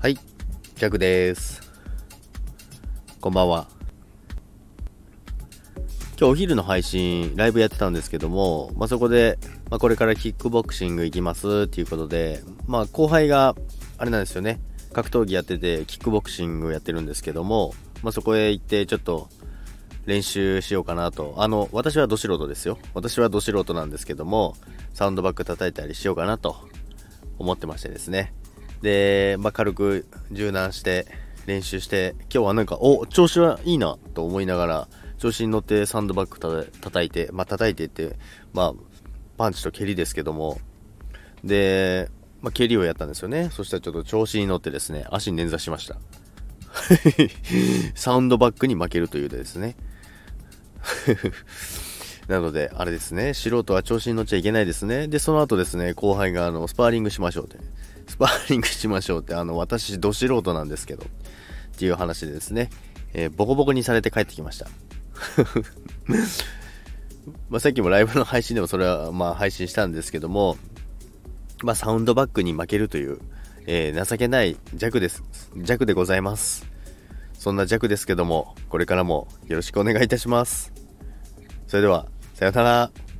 はい、ジャクです。こんばんは。今日お昼の配信、ライブやってたんですけども、そこで、これからキックボクシング行きますっていうことで、後輩が、あれなんですよね、格闘技やってて、キックボクシングやってるんですけども、そこへ行って、ちょっと、練習しようかなと。私はど素人ですよ。私はど素人なんですけども、サウンドバッグ叩いたりしようかなと思ってましてですね。で、軽く柔軟して練習して、今日はなんか調子はいいなと思いながら調子に乗ってサンドバッグ叩いて、叩いてって、パンチと蹴りですけども、で、蹴りをやったんですよね。そしたらちょっと調子に乗ってですね、足に捻挫しました。サウンドバッグに負けるというですね。なので、あれですね、素人は調子に乗っちゃいけないですね。で、その後ですね、後輩がスパーリングしましょうって。スパーリングしましょうって、私、ど素人なんですけど、っていう話でですね、ボコボコにされて帰ってきました。さっきもライブの配信でもそれは配信したんですけども、サウンドバッグに負けるという、情けない弱です。弱でございます。そんな弱ですけども、これからもよろしくお願いいたします。それでは、さようなら。